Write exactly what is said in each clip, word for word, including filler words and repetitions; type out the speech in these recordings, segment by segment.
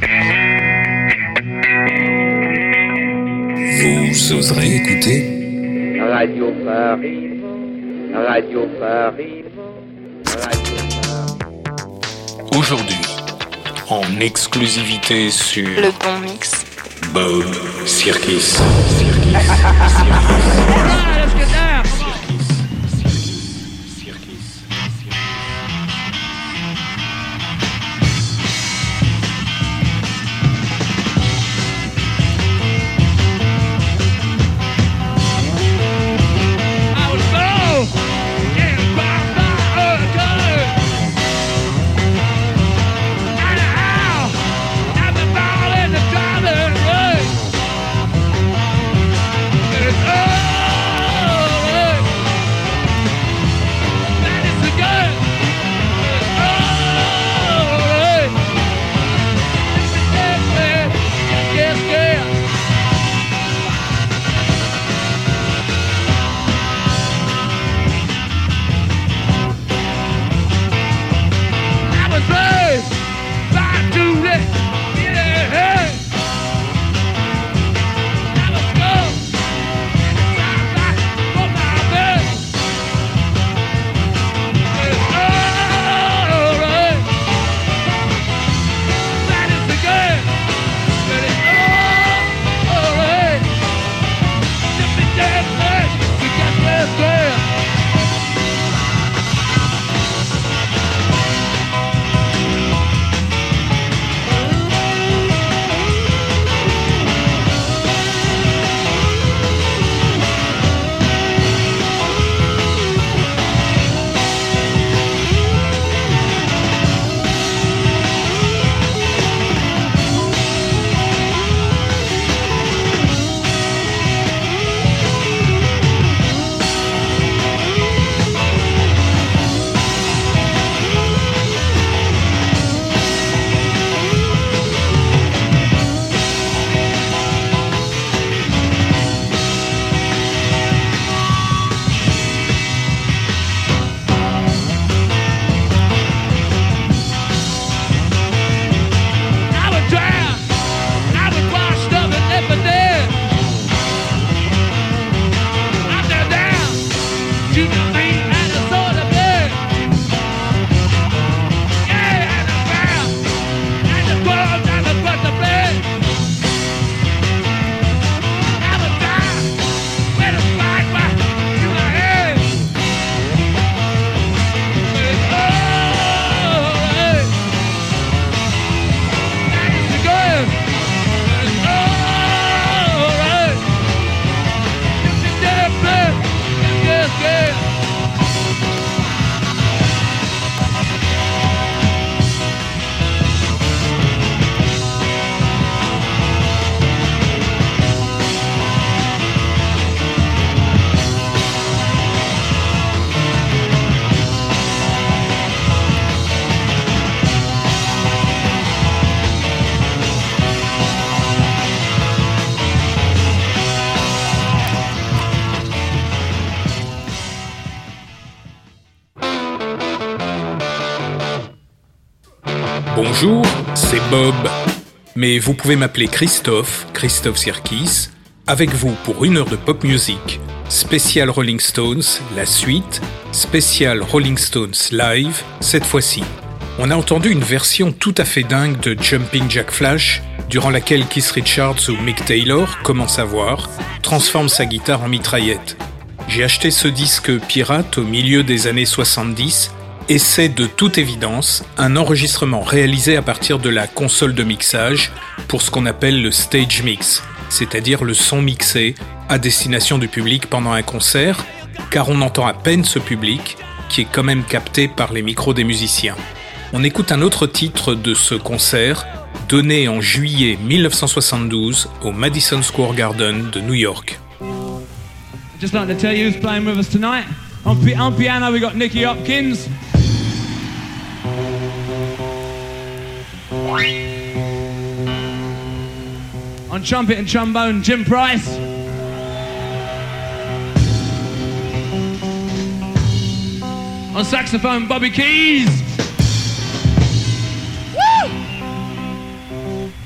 Vous oserez écouter Radio Paris, Radio Paris, Radio Paris. Aujourd'hui, en exclusivité sur Le Bon Mix, Bob Sirkis. Bonjour, c'est Bob, mais vous pouvez m'appeler Christophe, Christophe Sirkis, avec vous pour une heure de pop music, spécial Rolling Stones, la suite, spécial Rolling Stones live, cette fois-ci. On a entendu une version tout à fait dingue de Jumping Jack Flash, durant laquelle Keith Richards ou Mick Taylor, comment savoir, transforme sa guitare en mitraillette. J'ai acheté ce disque pirate au milieu des années soixante-dix, et c'est de toute évidence un enregistrement réalisé à partir de la console de mixage pour ce qu'on appelle le stage mix, c'est-à-dire le son mixé à destination du public pendant un concert, car on entend à peine ce public qui est quand même capté par les micros des musiciens. On écoute un autre titre de ce concert, donné en juillet dix-neuf cent soixante-douze au Madison Square Garden de New York. Just like to tell you who's playing with us tonight. On, pi- on piano we got Nicky Hopkins. On trumpet and trombone, Jim Price. On saxophone, Bobby Keys. Woo!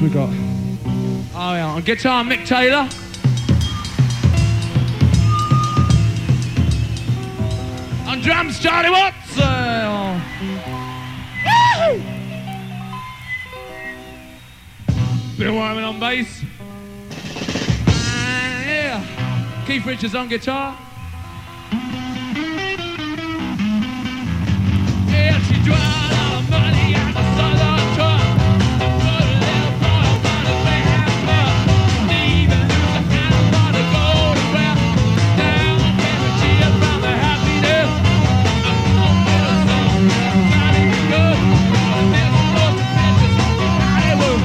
we got? Oh yeah, on guitar, Mick Taylor. On drums, Charlie Watts. Uh, oh. Bill Wyman on bass. And yeah, Keith Richards on guitar. Yeah, she dried all the money at the southern truck. Put a little boy on the back. Even lose a hand on the gold and well. Down the paper cheers from the happiness. I'm gonna get a song, not even good. There's a lot of bitches in Hollywood.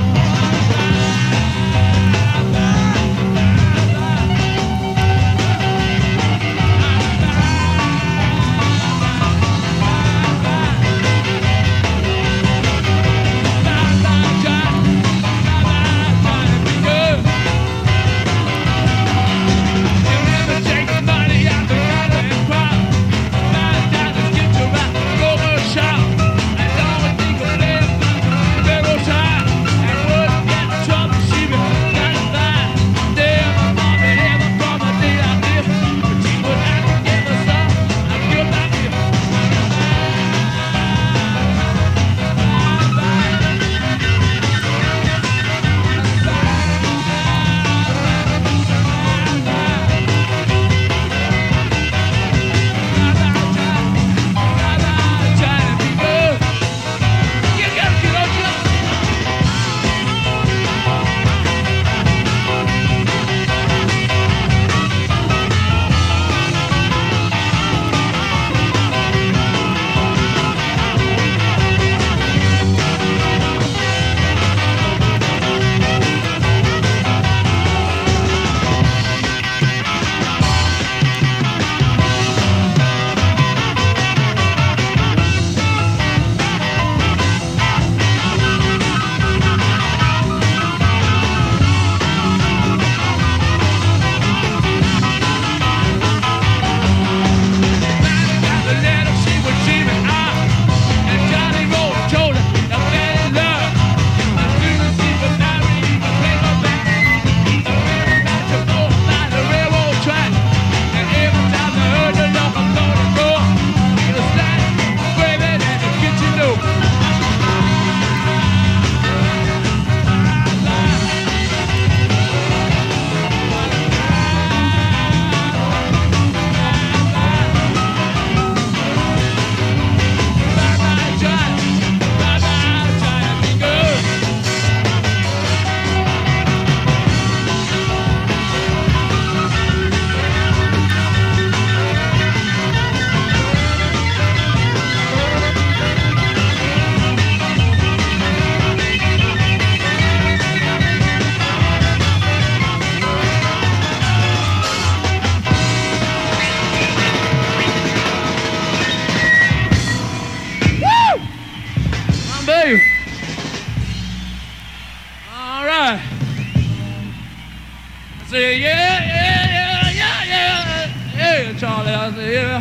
say, yeah, yeah, yeah, yeah, yeah, yeah, Charlie, I say, yeah.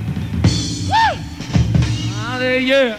Woo! I say, yeah.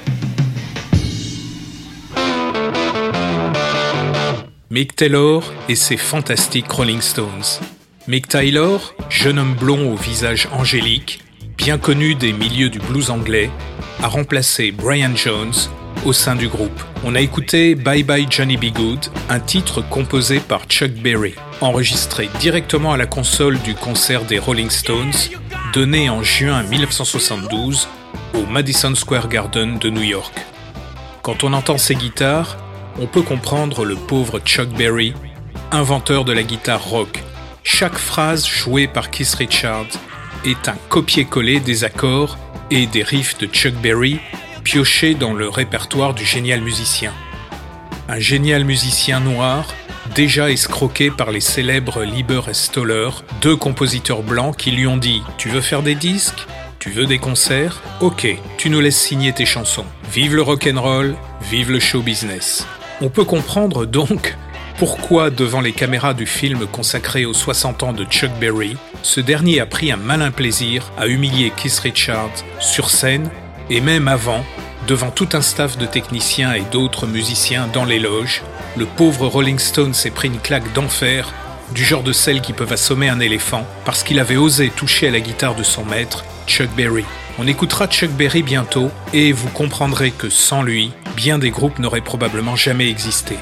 Mick Taylor et ses fantastiques Rolling Stones. Mick Taylor, jeune homme blond au visage angélique, bien connu des milieux du blues anglais, a remplacé Brian Jones au sein du groupe. On a écouté Bye Bye Johnny B. Good, un titre composé par Chuck Berry, enregistré directement à la console du concert des Rolling Stones, donné en juin dix-neuf cent soixante-douze au Madison Square Garden de New York. Quand on entend ces guitares, on peut comprendre le pauvre Chuck Berry, inventeur de la guitare rock. Chaque phrase jouée par Keith Richards est un copier-coller des accords et des riffs de Chuck Berry piochés dans le répertoire du génial musicien. Un génial musicien noir, déjà escroqué par les célèbres Leiber et Stoller, deux compositeurs blancs qui lui ont dit « Tu veux faire des disques ? Tu veux des concerts ? Ok, tu nous laisses signer tes chansons. Vive le rock'n'roll, vive le show business !» On peut comprendre donc pourquoi, devant les caméras du film consacré aux soixante ans de Chuck Berry, ce dernier a pris un malin plaisir à humilier Keith Richards sur scène et même avant, Devant tout un staff de techniciens et d'autres musiciens dans les loges, le pauvre Rolling Stone s'est pris une claque d'enfer, du genre de celles qui peuvent assommer un éléphant, parce qu'il avait osé toucher à la guitare de son maître, Chuck Berry. On écoutera Chuck Berry bientôt, et vous comprendrez que sans lui, bien des groupes n'auraient probablement jamais existé.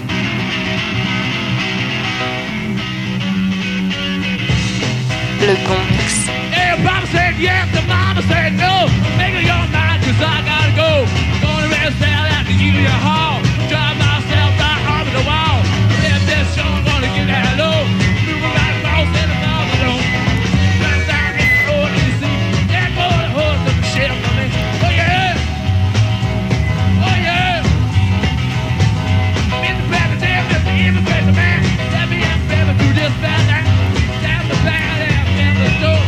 Le bon mix. Yeah, Papa said yes, the mama said no. Make up your mind, cause I gotta go. Gonna rest out at the Union Hall. Drive myself right over the wall. Yeah, this show I'm gonna get that low. Move around the boss and the dog alone. Right down in the road you see. Yeah, go to the horse of the shell for me. Oh yeah. Oh yeah. I'm in the bed of damn, just the immigrant man. Let me have baby through this bad night. Down the bad ass in the door.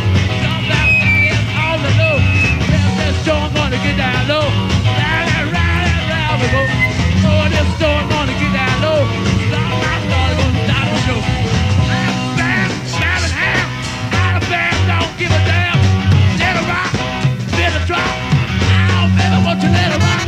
I'm gonna get down low. Ride and ride and ride we go. Oh, this store I'm gonna get down low. Start my start gonna start the show. I'm bad, slamming ham. Out of band, don't give a damn. Let it rock, let it drop. I don't ever want you to let it rock.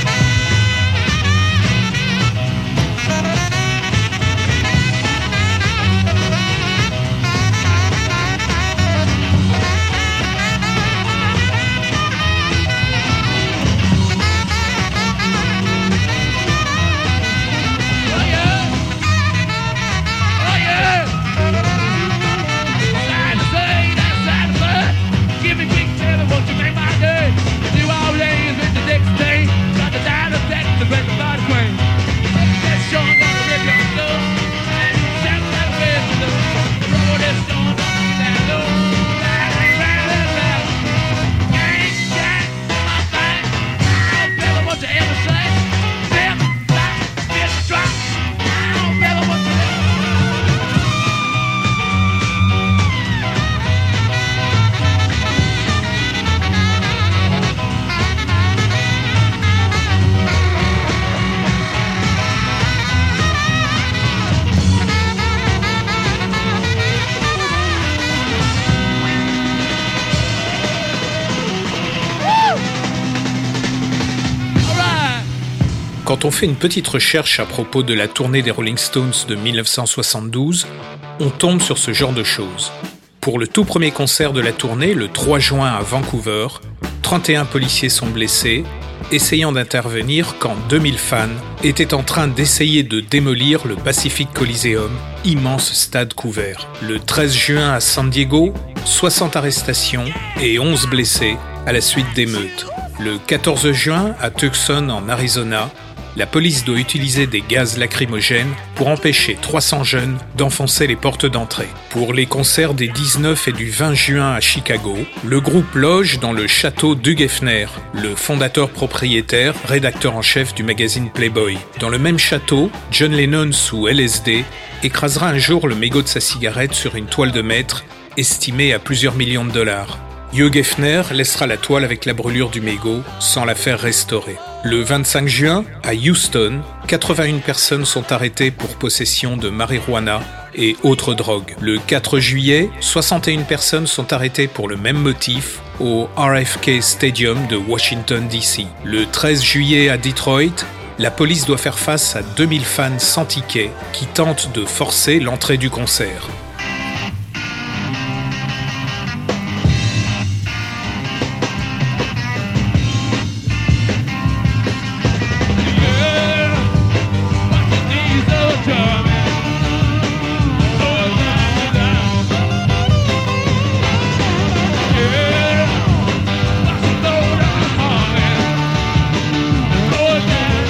Quand on fait une petite recherche à propos de la tournée des Rolling Stones de dix-neuf cent soixante-douze, on tombe sur ce genre de choses. Pour le tout premier concert de la tournée, le trois juin à Vancouver, trente et un policiers sont blessés, essayant d'intervenir quand deux mille fans étaient en train d'essayer de démolir le Pacific Coliseum, immense stade couvert. Le treize juin à San Diego, soixante arrestations et onze blessés à la suite d'émeutes. Le quatorze juin à Tucson en Arizona, la police doit utiliser des gaz lacrymogènes pour empêcher trois cents jeunes d'enfoncer les portes d'entrée. Pour les concerts des dix-neuf et du vingt juin à Chicago, le groupe loge dans le château d'Hugh Hefner, le fondateur propriétaire, rédacteur en chef du magazine Playboy. Dans le même château, John Lennon sous L S D écrasera un jour le mégot de sa cigarette sur une toile de maître estimée à plusieurs millions de dollars. Hugh Hefner laissera la toile avec la brûlure du mégot sans la faire restaurer. Le vingt-cinq juin, à Houston, quatre-vingt-une personnes sont arrêtées pour possession de marijuana et autres drogues. Le quatre juillet, soixante et une personnes sont arrêtées pour le même motif au R F K Stadium de Washington D C. Le treize juillet à Detroit, la police doit faire face à deux mille fans sans ticket qui tentent de forcer l'entrée du concert.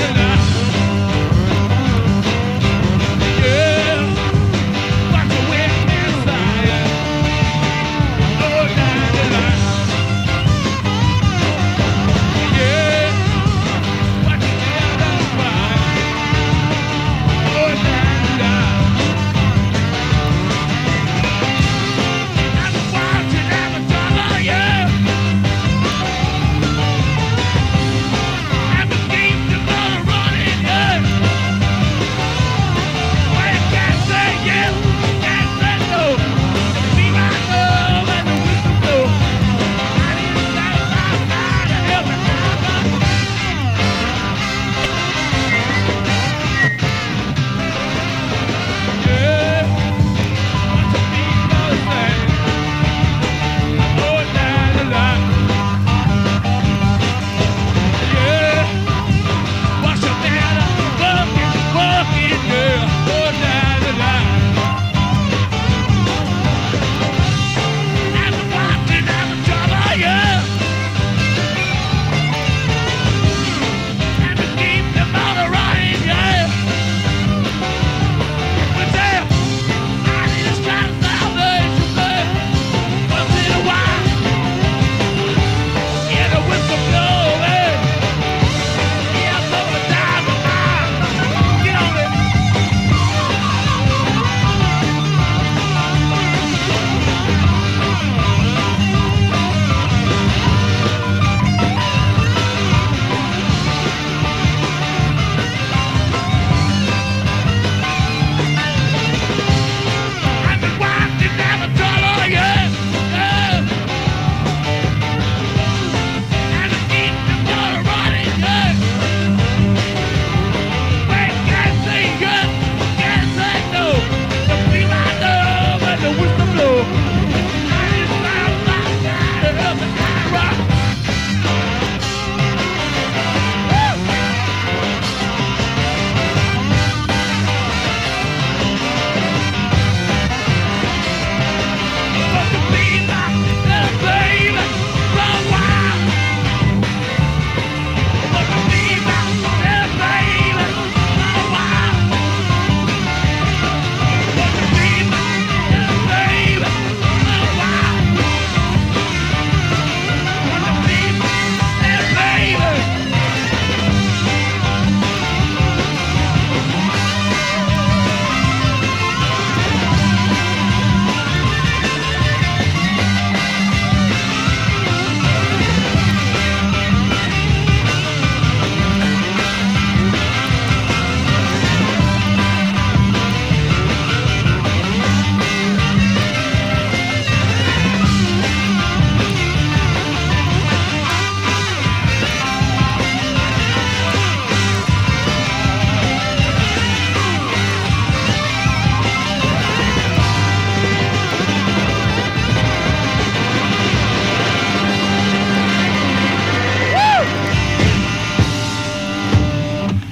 Watch the wind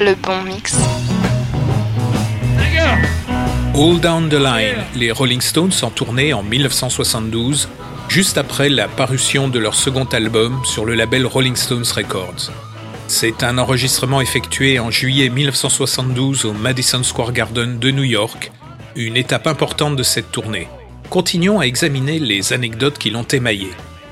Le bon mix. All Down the Line, les Rolling Stones en tournée en dix-neuf cent soixante-douze, juste après la parution de leur second album sur le label Rolling Stones Records. C'est un enregistrement effectué en juillet dix-neuf cent soixante-douze au Madison Square Garden de New York, une étape importante de cette tournée. Continuons à examiner les anecdotes qui l'ont émaillé.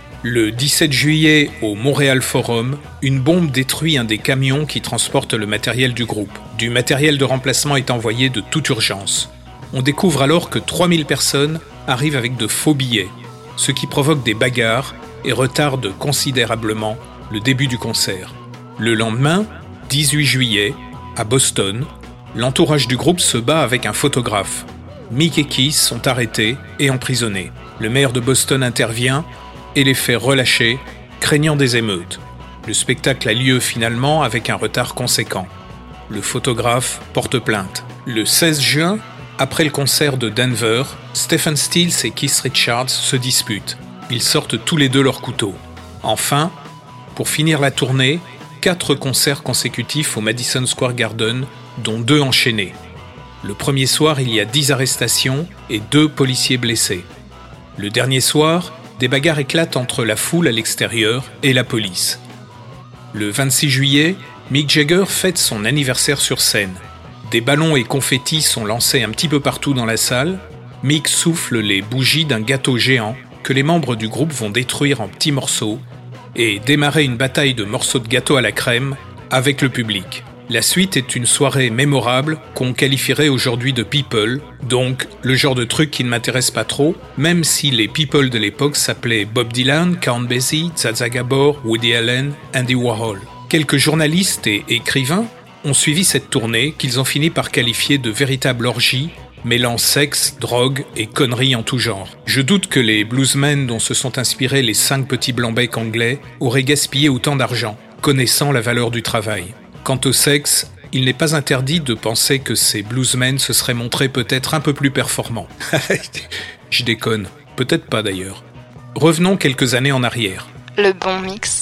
Le dix-sept juillet, au Montréal Forum, une bombe détruit un des camions qui transportent le matériel du groupe. Du matériel de remplacement est envoyé de toute urgence. On découvre alors que trois mille personnes arrivent avec de faux billets, ce qui provoque des bagarres et retarde considérablement le début du concert. Le lendemain, dix-huit juillet, à Boston, l'entourage du groupe se bat avec un photographe. Mick et Keith sont arrêtés et emprisonnés. Le maire de Boston intervient et les fait relâcher, craignant des émeutes. Le spectacle a lieu finalement avec un retard conséquent. Le photographe porte plainte. Le seize juin, après le concert de Denver, Stephen Stills et Keith Richards se disputent. Ils sortent tous les deux leurs couteaux. Enfin, pour finir la tournée, quatre concerts consécutifs au Madison Square Garden, dont deux enchaînés. Le premier soir, il y a dix arrestations et deux policiers blessés. Le dernier soir, des bagarres éclatent entre la foule à l'extérieur et la police. Le vingt-six juillet, Mick Jagger fête son anniversaire sur scène. Des ballons et confettis sont lancés un petit peu partout dans la salle. Mick souffle les bougies d'un gâteau géant que les membres du groupe vont détruire en petits morceaux et démarrer une bataille de morceaux de gâteau à la crème avec le public. La suite est une soirée mémorable qu'on qualifierait aujourd'hui de people, donc le genre de truc qui ne m'intéresse pas trop, même si les people de l'époque s'appelaient Bob Dylan, Count Basie, Zsa Zsa Gabor, Woody Allen, Andy Warhol. Quelques journalistes et écrivains ont suivi cette tournée qu'ils ont fini par qualifier de véritable orgie, mêlant sexe, drogue et conneries en tout genre. Je doute que les bluesmen dont se sont inspirés les cinq petits blancs-becs anglais auraient gaspillé autant d'argent, connaissant la valeur du travail. Quant au sexe, il n'est pas interdit de penser que ces bluesmen se seraient montrés peut-être un peu plus performants. Je déconne, peut-être pas d'ailleurs. Revenons quelques années en arrière. Le bon mix.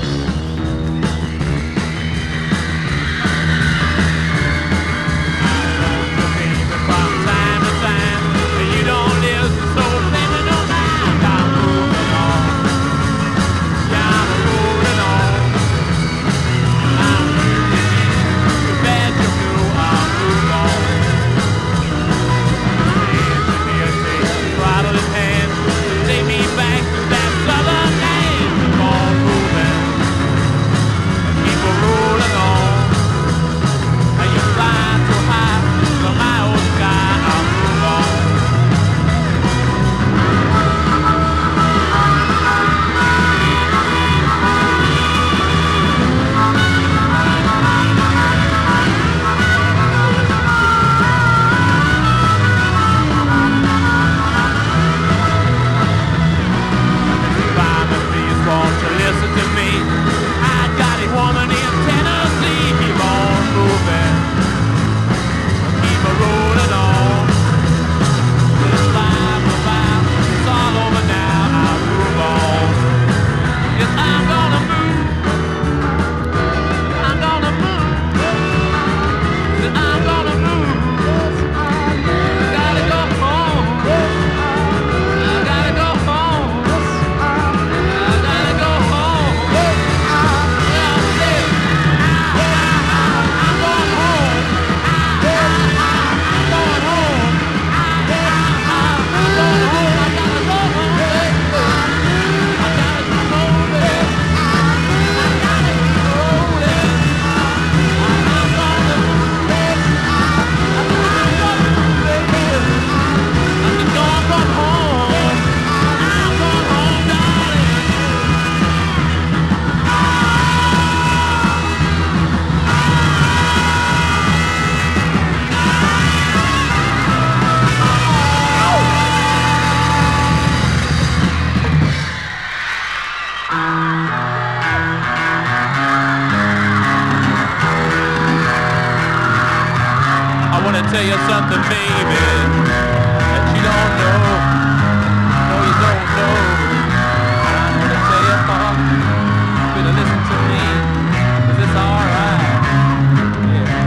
tell you something, baby, that you don't know. No, you don't know. I'm gonna tell you, Pop, you better listen to me. Is this alright? Yeah.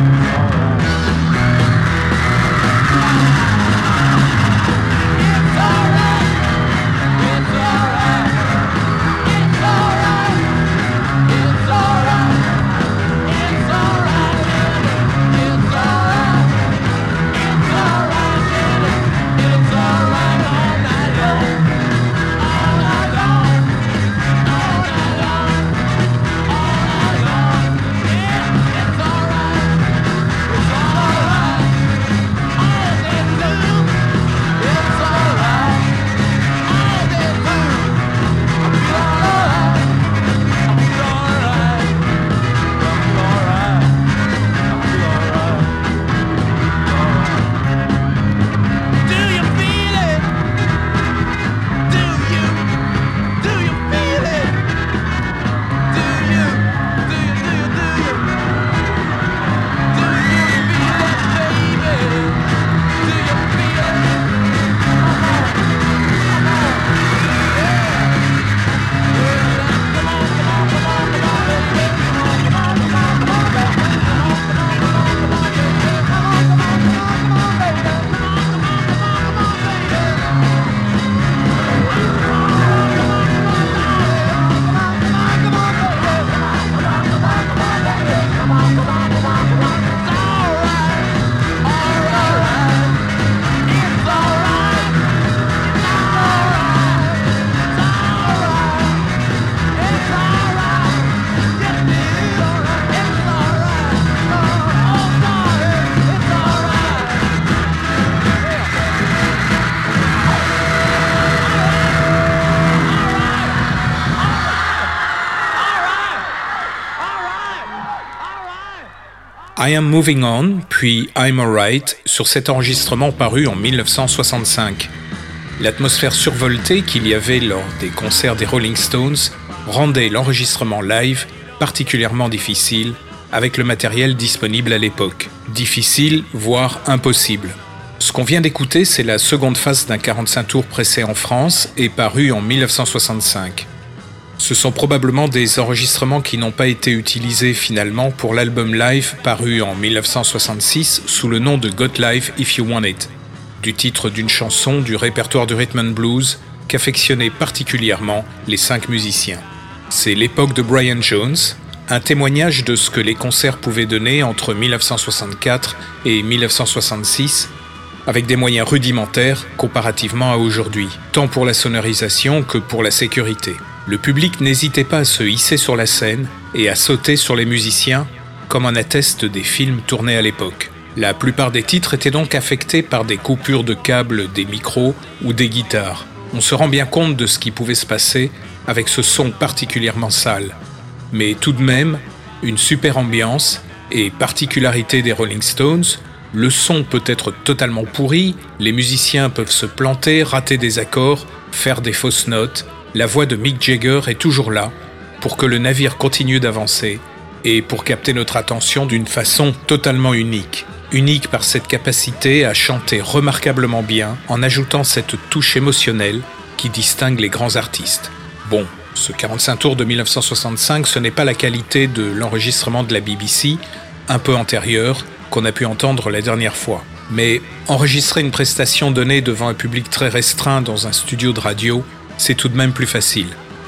I Am Moving On, puis I'm Alright, sur cet enregistrement paru en dix-neuf cent soixante-cinq. L'atmosphère survoltée qu'il y avait lors des concerts des Rolling Stones rendait l'enregistrement live particulièrement difficile avec le matériel disponible à l'époque. Difficile, voire impossible. Ce qu'on vient d'écouter, c'est la seconde face d'un quarante-cinq tours pressé en France et paru en dix-neuf cent soixante-cinq. Ce sont probablement des enregistrements qui n'ont pas été utilisés finalement pour l'album live paru en dix-neuf cent soixante-six sous le nom de Got Live If You Want It, du titre d'une chanson du répertoire du rhythm and blues qu'affectionnaient particulièrement les cinq musiciens. C'est l'époque de Brian Jones, un témoignage de ce que les concerts pouvaient donner entre dix-neuf cent soixante-quatre et dix-neuf cent soixante-six, avec des moyens rudimentaires comparativement à aujourd'hui, tant pour la sonorisation que pour la sécurité. Le public n'hésitait pas à se hisser sur la scène et à sauter sur les musiciens, comme en attestent des films tournés à l'époque. La plupart des titres étaient donc affectés par des coupures de câbles des micros ou des guitares. On se rend bien compte de ce qui pouvait se passer avec ce son particulièrement sale. Mais tout de même, une super ambiance et particularité des Rolling Stones. Le son peut être totalement pourri, les musiciens peuvent se planter, rater des accords, faire des fausses notes. La voix de Mick Jagger est toujours là pour que le navire continue d'avancer et pour capter notre attention d'une façon totalement unique. Unique par cette capacité à chanter remarquablement bien en ajoutant cette touche émotionnelle qui distingue les grands artistes. Bon, ce quarante-cinq tours de dix-neuf cent soixante-cinq, ce n'est pas la qualité de l'enregistrement de la B B C, un peu antérieur, qu'on a pu entendre la dernière fois. Mais enregistrer une prestation donnée devant un public très restreint dans un studio de radio, c'est tout de même plus facile.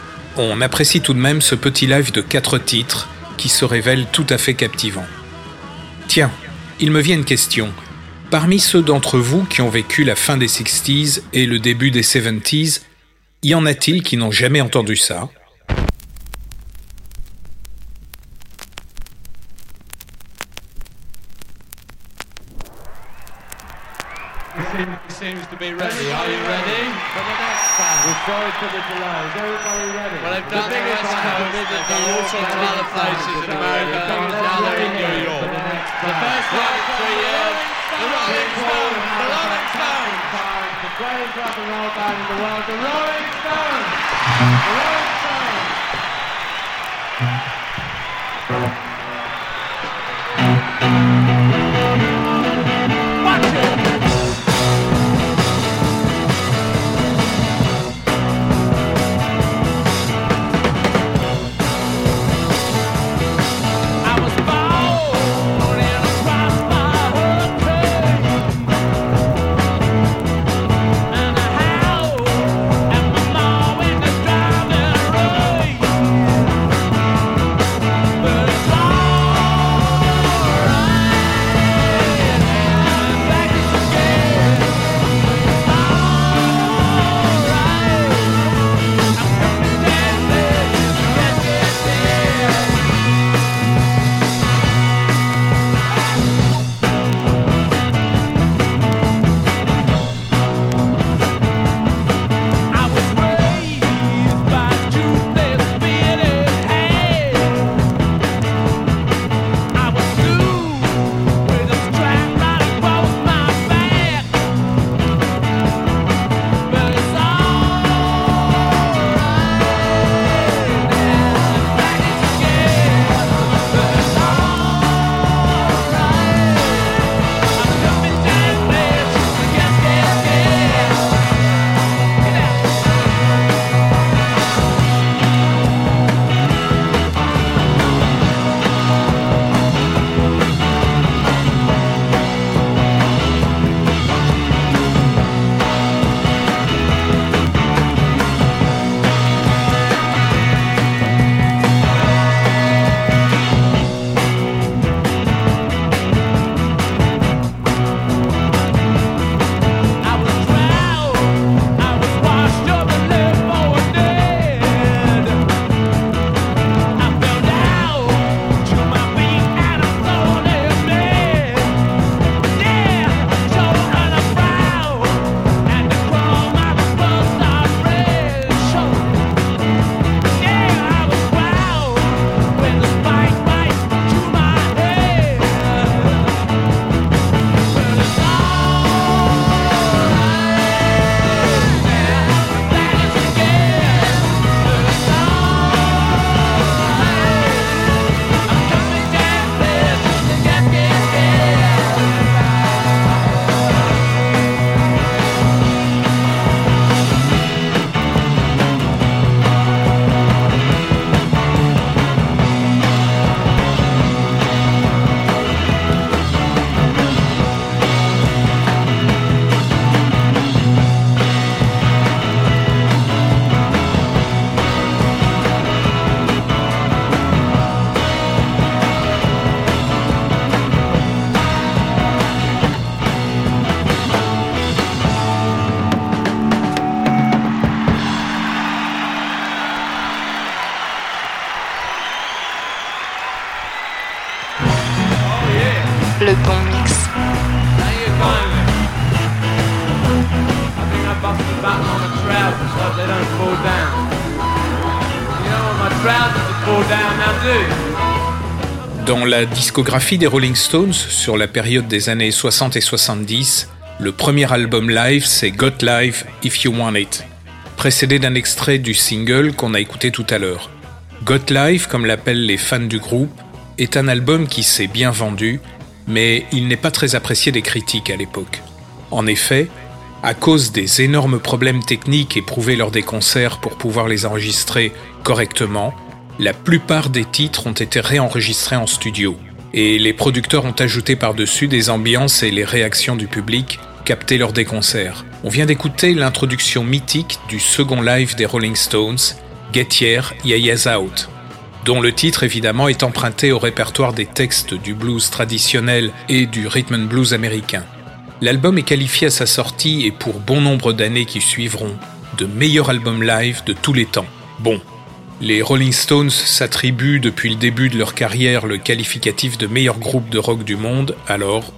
On apprécie tout de même ce petit live de quatre titres qui se révèle tout à fait captivant. Tiens, il me vient une question. Parmi ceux d'entre vous qui ont vécu la fin des sixties et le début des seventies, y en a-t-il qui n'ont jamais entendu ça ? Seems to be ready. Are you ready? For the next time. We're sorry for the delay. Is everybody ready? Well, they've done the West Coast, they've done all sorts of other places in America, now they're in New York. The first time in three years, the Rolling Stones, the Rolling Stones. The greatest rock and roll band in the world, the Rolling Stones. The Rolling Stones. Watch it! But Le bon mix. Thank you kindly. I think I busted the button on the trousers so they don't fall down. You don't want my trousers to fall down now, do you? Dans la discographie des Rolling Stones, sur la période des années soixante et soixante-dix, le premier album live, c'est Got Live If You Want It, précédé d'un extrait du single qu'on a écouté tout à l'heure. Got Live, comme l'appellent les fans du groupe, est un album qui s'est bien vendu, mais il n'est pas très apprécié des critiques à l'époque. En effet, à cause des énormes problèmes techniques éprouvés lors des concerts pour pouvoir les enregistrer correctement, la plupart des titres ont été réenregistrés en studio, et les producteurs ont ajouté par-dessus des ambiances et les réactions du public captées lors des concerts. On vient d'écouter l'introduction mythique du second live des Rolling Stones, Get Here, Ya-Ya's Out, dont le titre évidemment est emprunté au répertoire des textes du blues traditionnel et du rhythm and blues américain. L'album est qualifié à sa sortie et pour bon nombre d'années qui suivront de meilleur album live de tous les temps. Bon, les Rolling Stones s'attribuent depuis le début de leur carrière le qualificatif de meilleur groupe de rock du monde, alors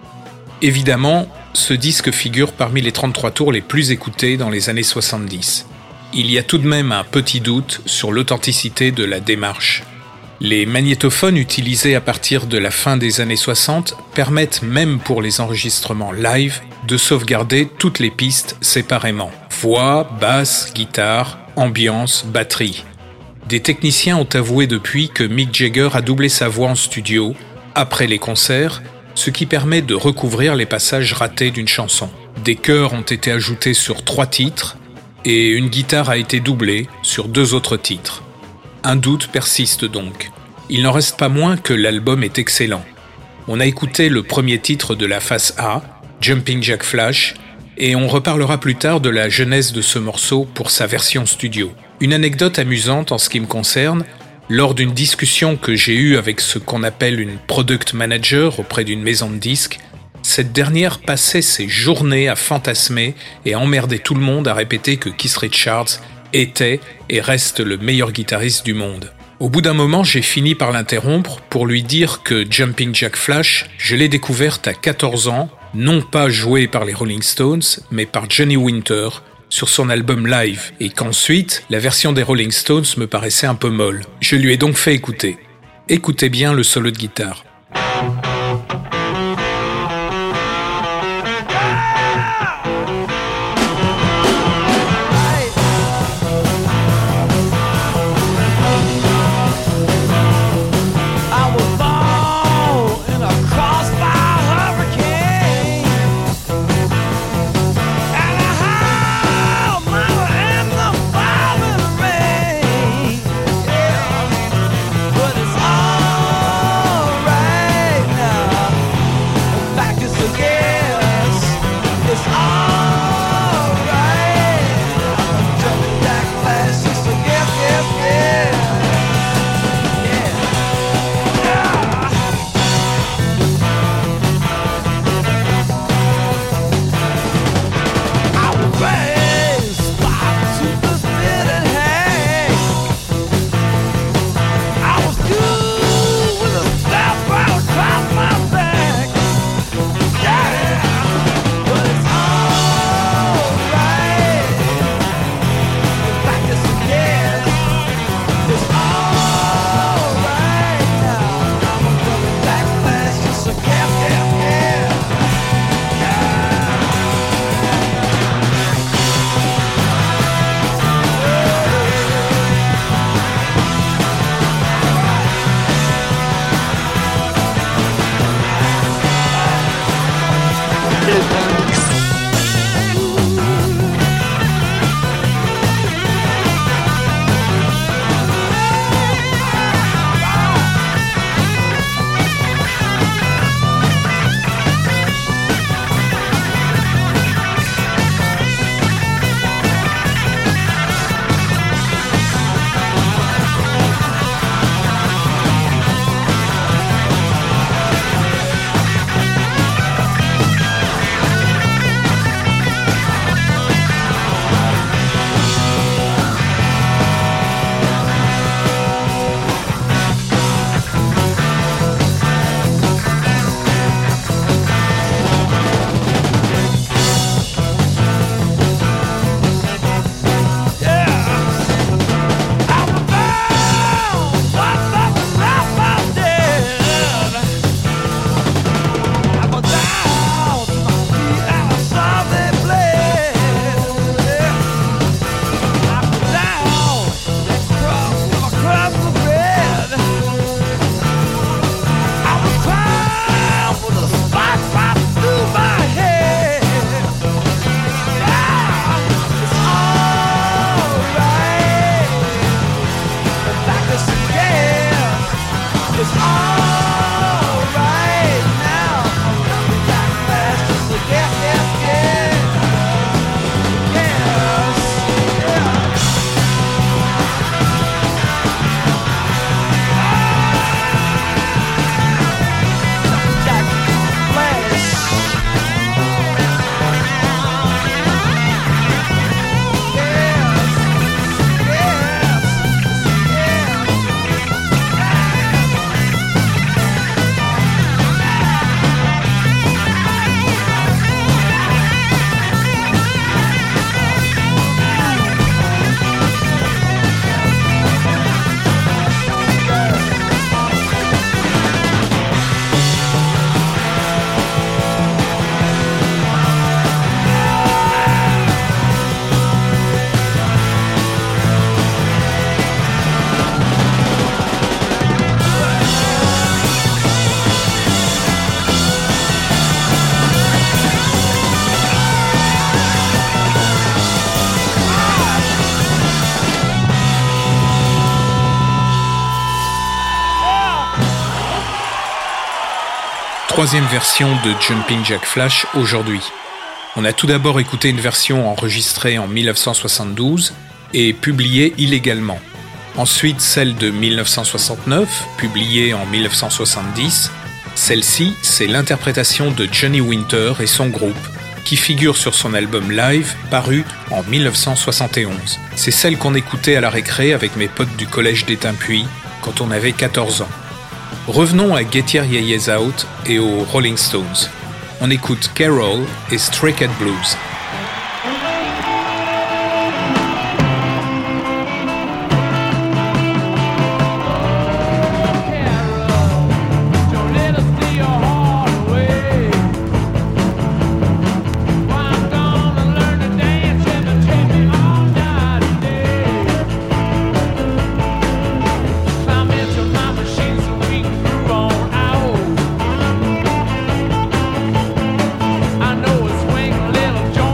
évidemment, ce disque figure parmi les trente-trois tours les plus écoutés dans les années soixante-dix. Il y a tout de même un petit doute sur l'authenticité de la démarche. Les magnétophones utilisés à partir de la fin des années soixante permettent même pour les enregistrements live de sauvegarder toutes les pistes séparément. Voix, basse, guitare, ambiance, batterie. Des techniciens ont avoué depuis que Mick Jagger a doublé sa voix en studio, après les concerts, ce qui permet de recouvrir les passages ratés d'une chanson. Des chœurs ont été ajoutés sur trois titres, et une guitare a été doublée sur deux autres titres. Un doute persiste donc. Il n'en reste pas moins que l'album est excellent. On a écouté le premier titre de la face A, Jumping Jack Flash, et on reparlera plus tard de la genèse de ce morceau pour sa version studio. Une anecdote amusante en ce qui me concerne, lors d'une discussion que j'ai eue avec ce qu'on appelle une product manager auprès d'une maison de disques, cette dernière passait ses journées à fantasmer et à emmerder tout le monde à répéter que Keith Richards était et reste le meilleur guitariste du monde. Au bout d'un moment, j'ai fini par l'interrompre pour lui dire que Jumping Jack Flash, je l'ai découverte à quatorze ans, non pas jouée par les Rolling Stones, mais par Johnny Winter sur son album live, et qu'ensuite, la version des Rolling Stones me paraissait un peu molle. Je lui ai donc fait écouter. Écoutez bien le solo de guitare. But it's alright. troisième version de Jumping Jack Flash aujourd'hui. On a tout d'abord écouté une version enregistrée en dix-neuf cent soixante-douze et publiée illégalement. Ensuite celle de dix-neuf cent soixante-neuf, publiée en dix-neuf cent soixante-dix. Celle-ci, c'est l'interprétation de Johnny Winter et son groupe, qui figure sur son album live paru en dix-neuf cent soixante et onze. C'est celle qu'on écoutait à la récré avec mes potes du collège d'Étain-Puy quand on avait quatorze ans. Revenons à Get Your Yayes Out et aux Rolling Stones. On écoute Carol et Stray Cat Blues. I know a swing, little joint.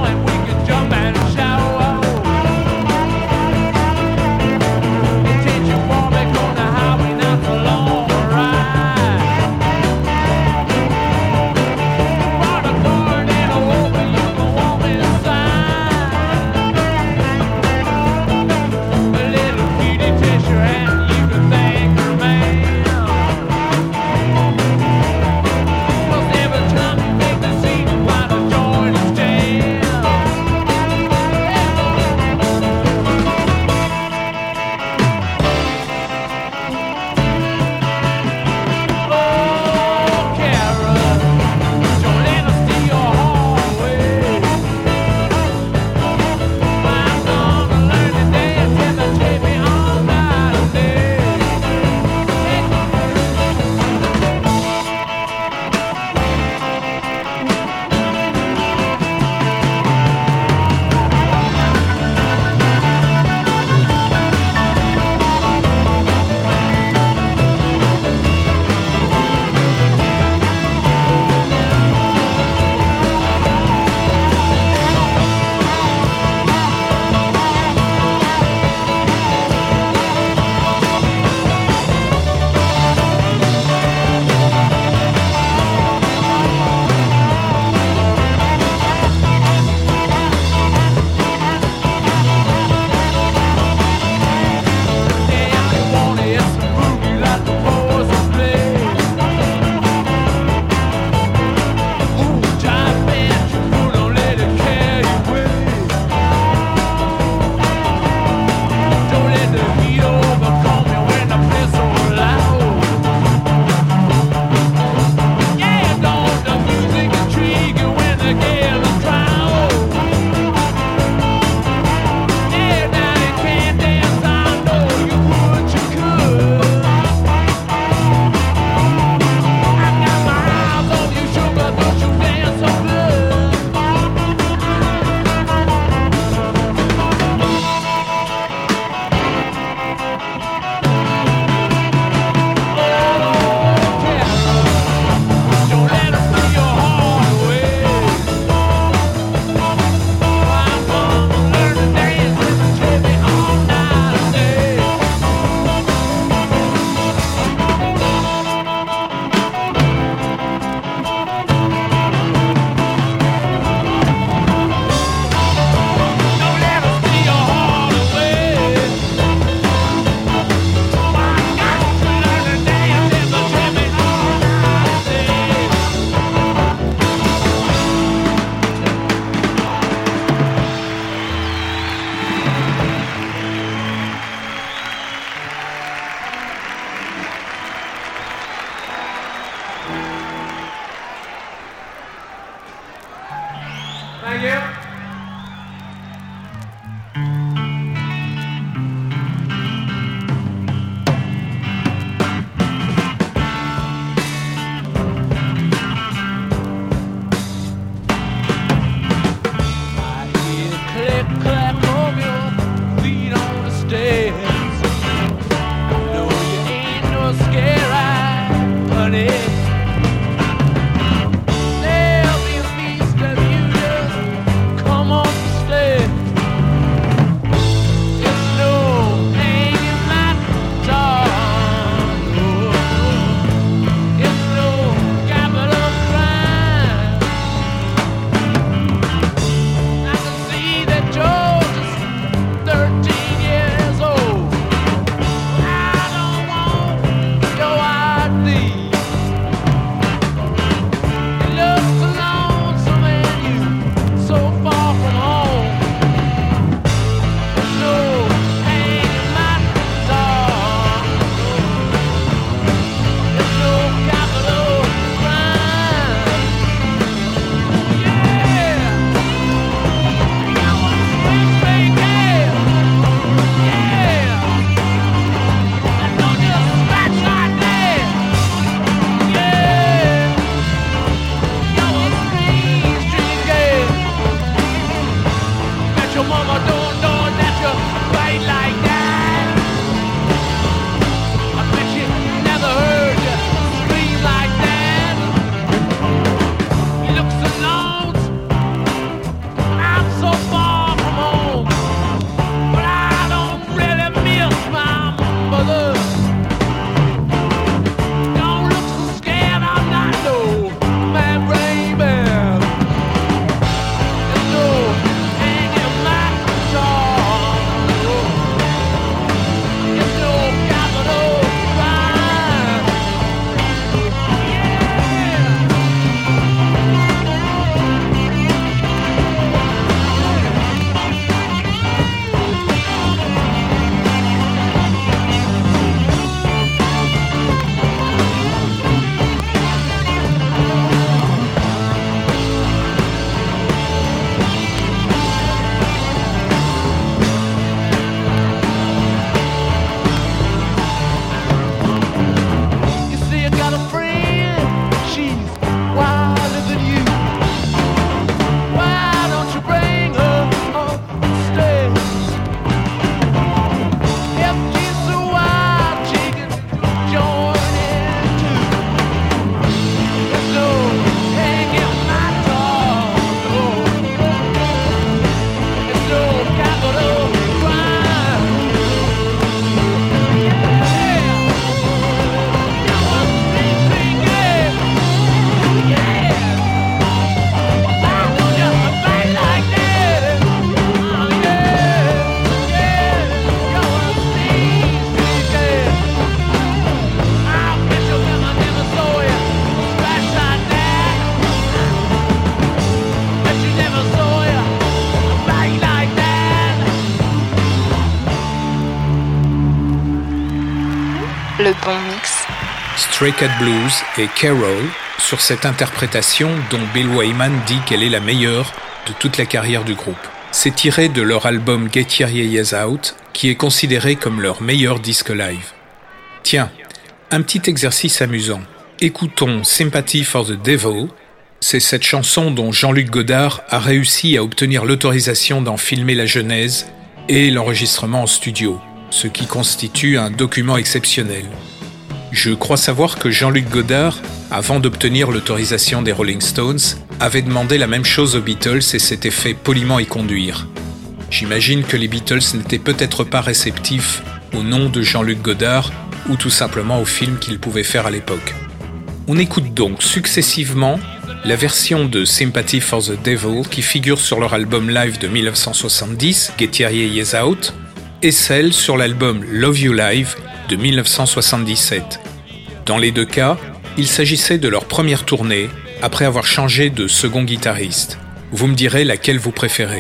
le bon mix. Stray Cat Blues et Carol sur cette interprétation dont Bill Wyman dit qu'elle est la meilleure de toute la carrière du groupe. C'est tiré de leur album Get Your Yeyes Out, qui est considéré comme leur meilleur disque live. Tiens, un petit exercice amusant. Écoutons Sympathy for the Devil. C'est cette chanson dont Jean-Luc Godard a réussi à obtenir l'autorisation d'en filmer la genèse et l'enregistrement en studio, ce qui constitue un document exceptionnel. Je crois savoir que Jean-Luc Godard, avant d'obtenir l'autorisation des Rolling Stones, avait demandé la même chose aux Beatles et s'était fait poliment y conduire. J'imagine que les Beatles n'étaient peut-être pas réceptifs au nom de Jean-Luc Godard ou tout simplement au film qu'ils pouvaient faire à l'époque. On écoute donc successivement la version de Sympathy for the Devil qui figure sur leur album live de dix-neuf cent soixante-dix, Get Your Yeyes Out, et celle sur l'album Love You Live de dix-neuf cent soixante-dix-sept. Dans les deux cas, il s'agissait de leur première tournée après avoir changé de second guitariste. Vous me direz laquelle vous préférez.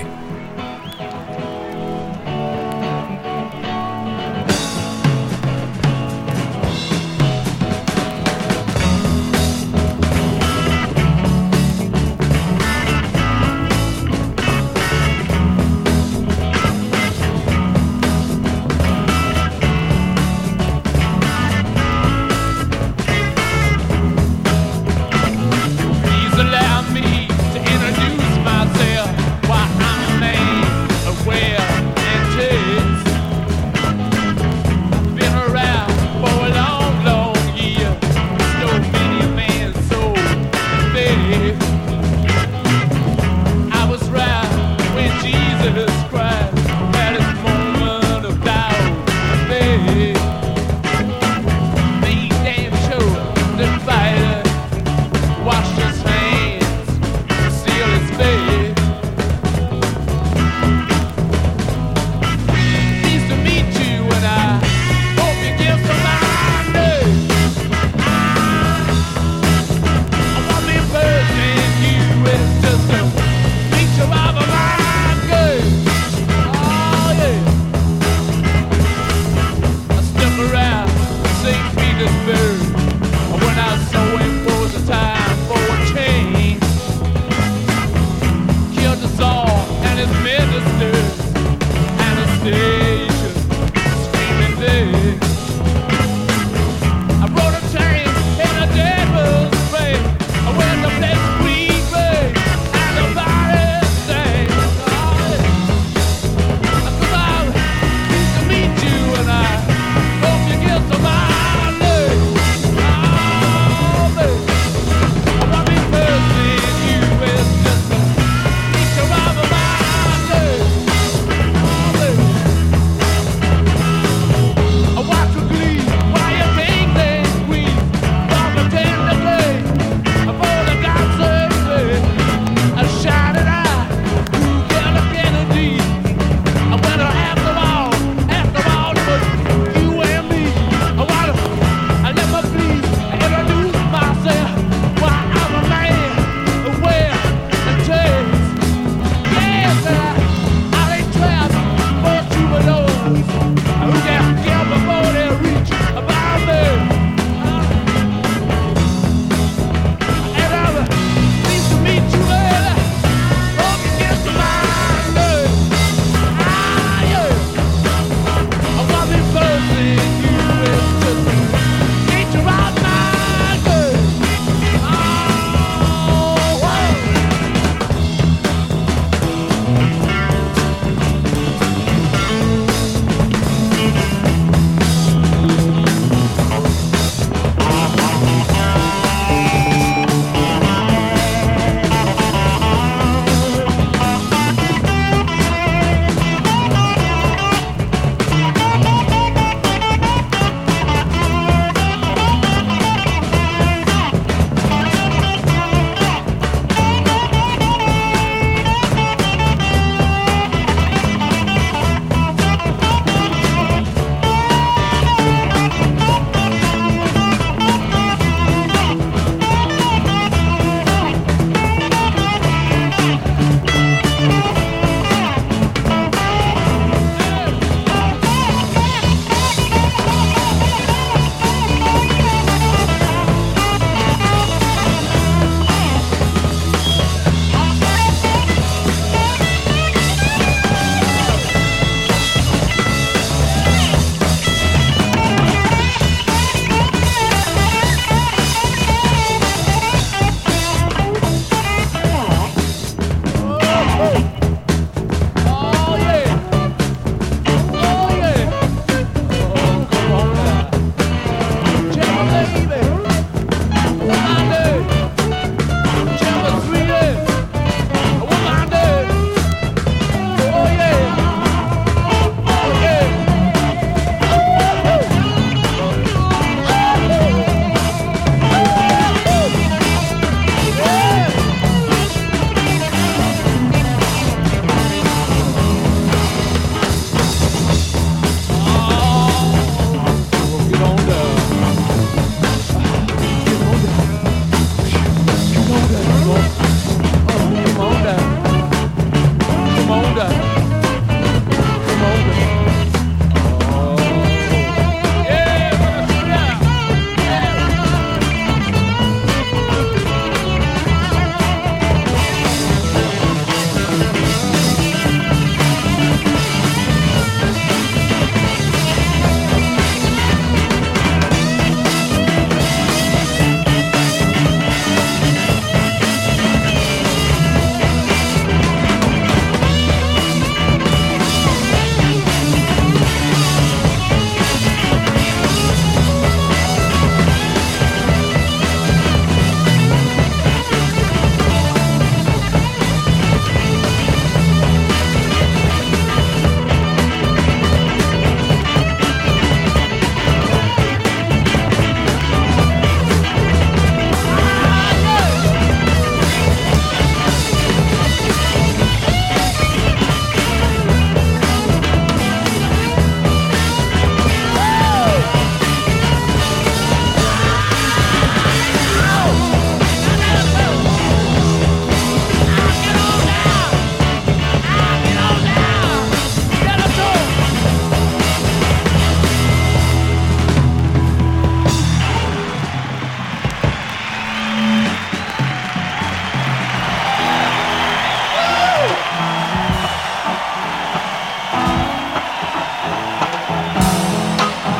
Please allow me to introduce myself. Why I'm a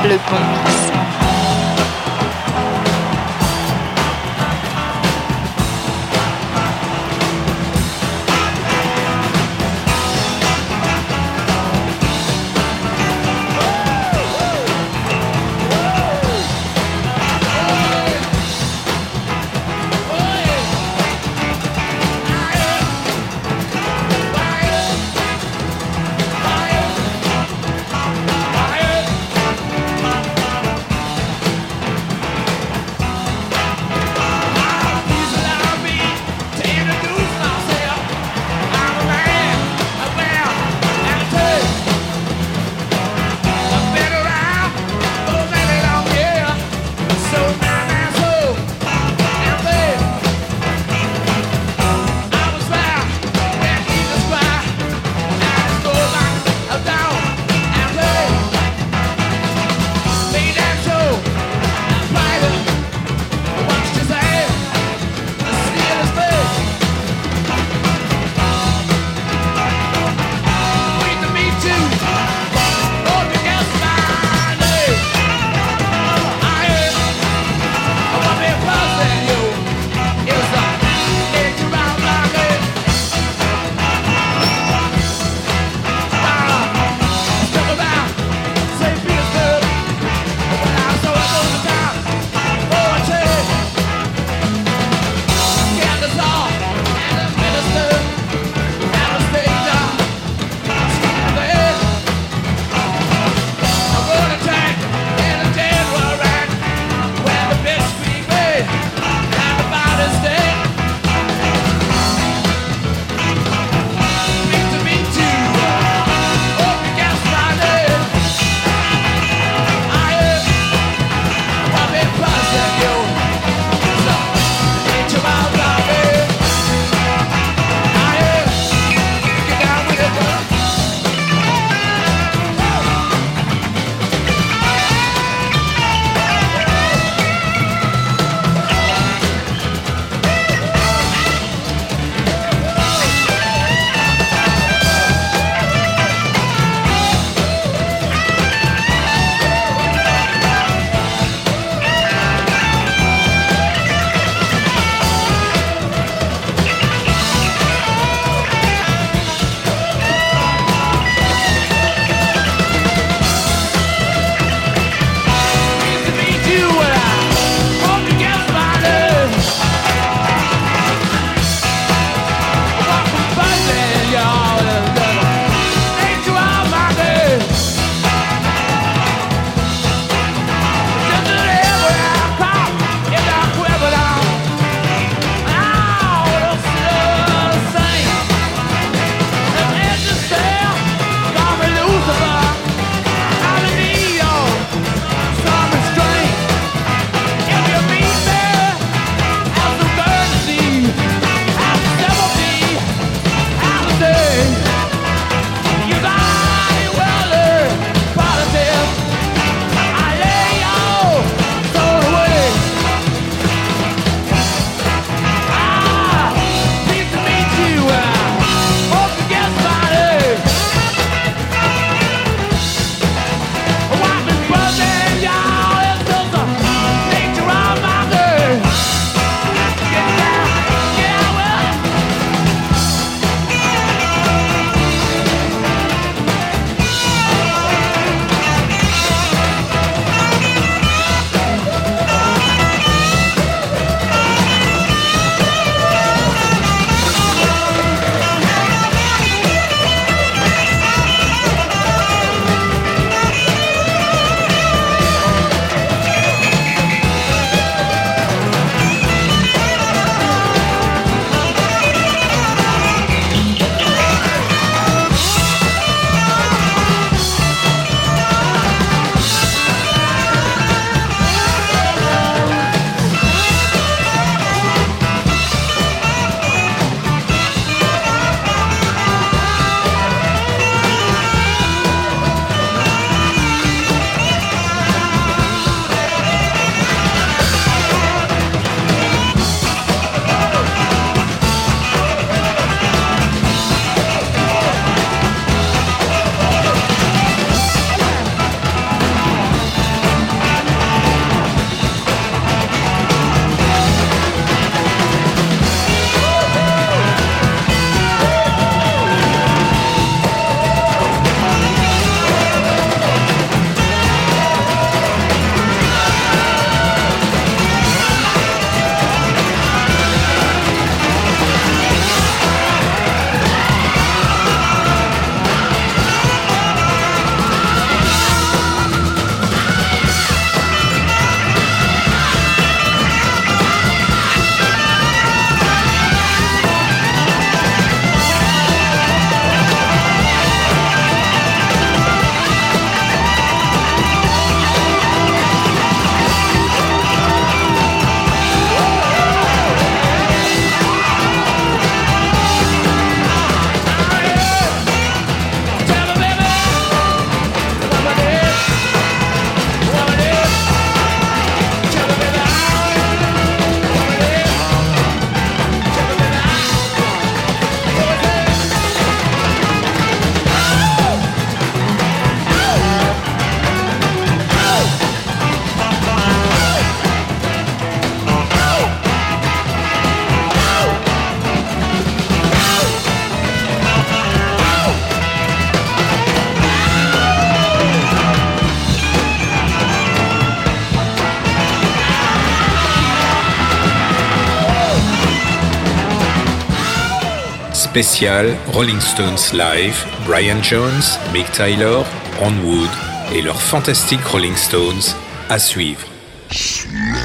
Le bon mix. Fire! spécial Rolling Stones Live, Brian Jones, Mick Taylor, Ron Wood et leurs fantastiques Rolling Stones à suivre.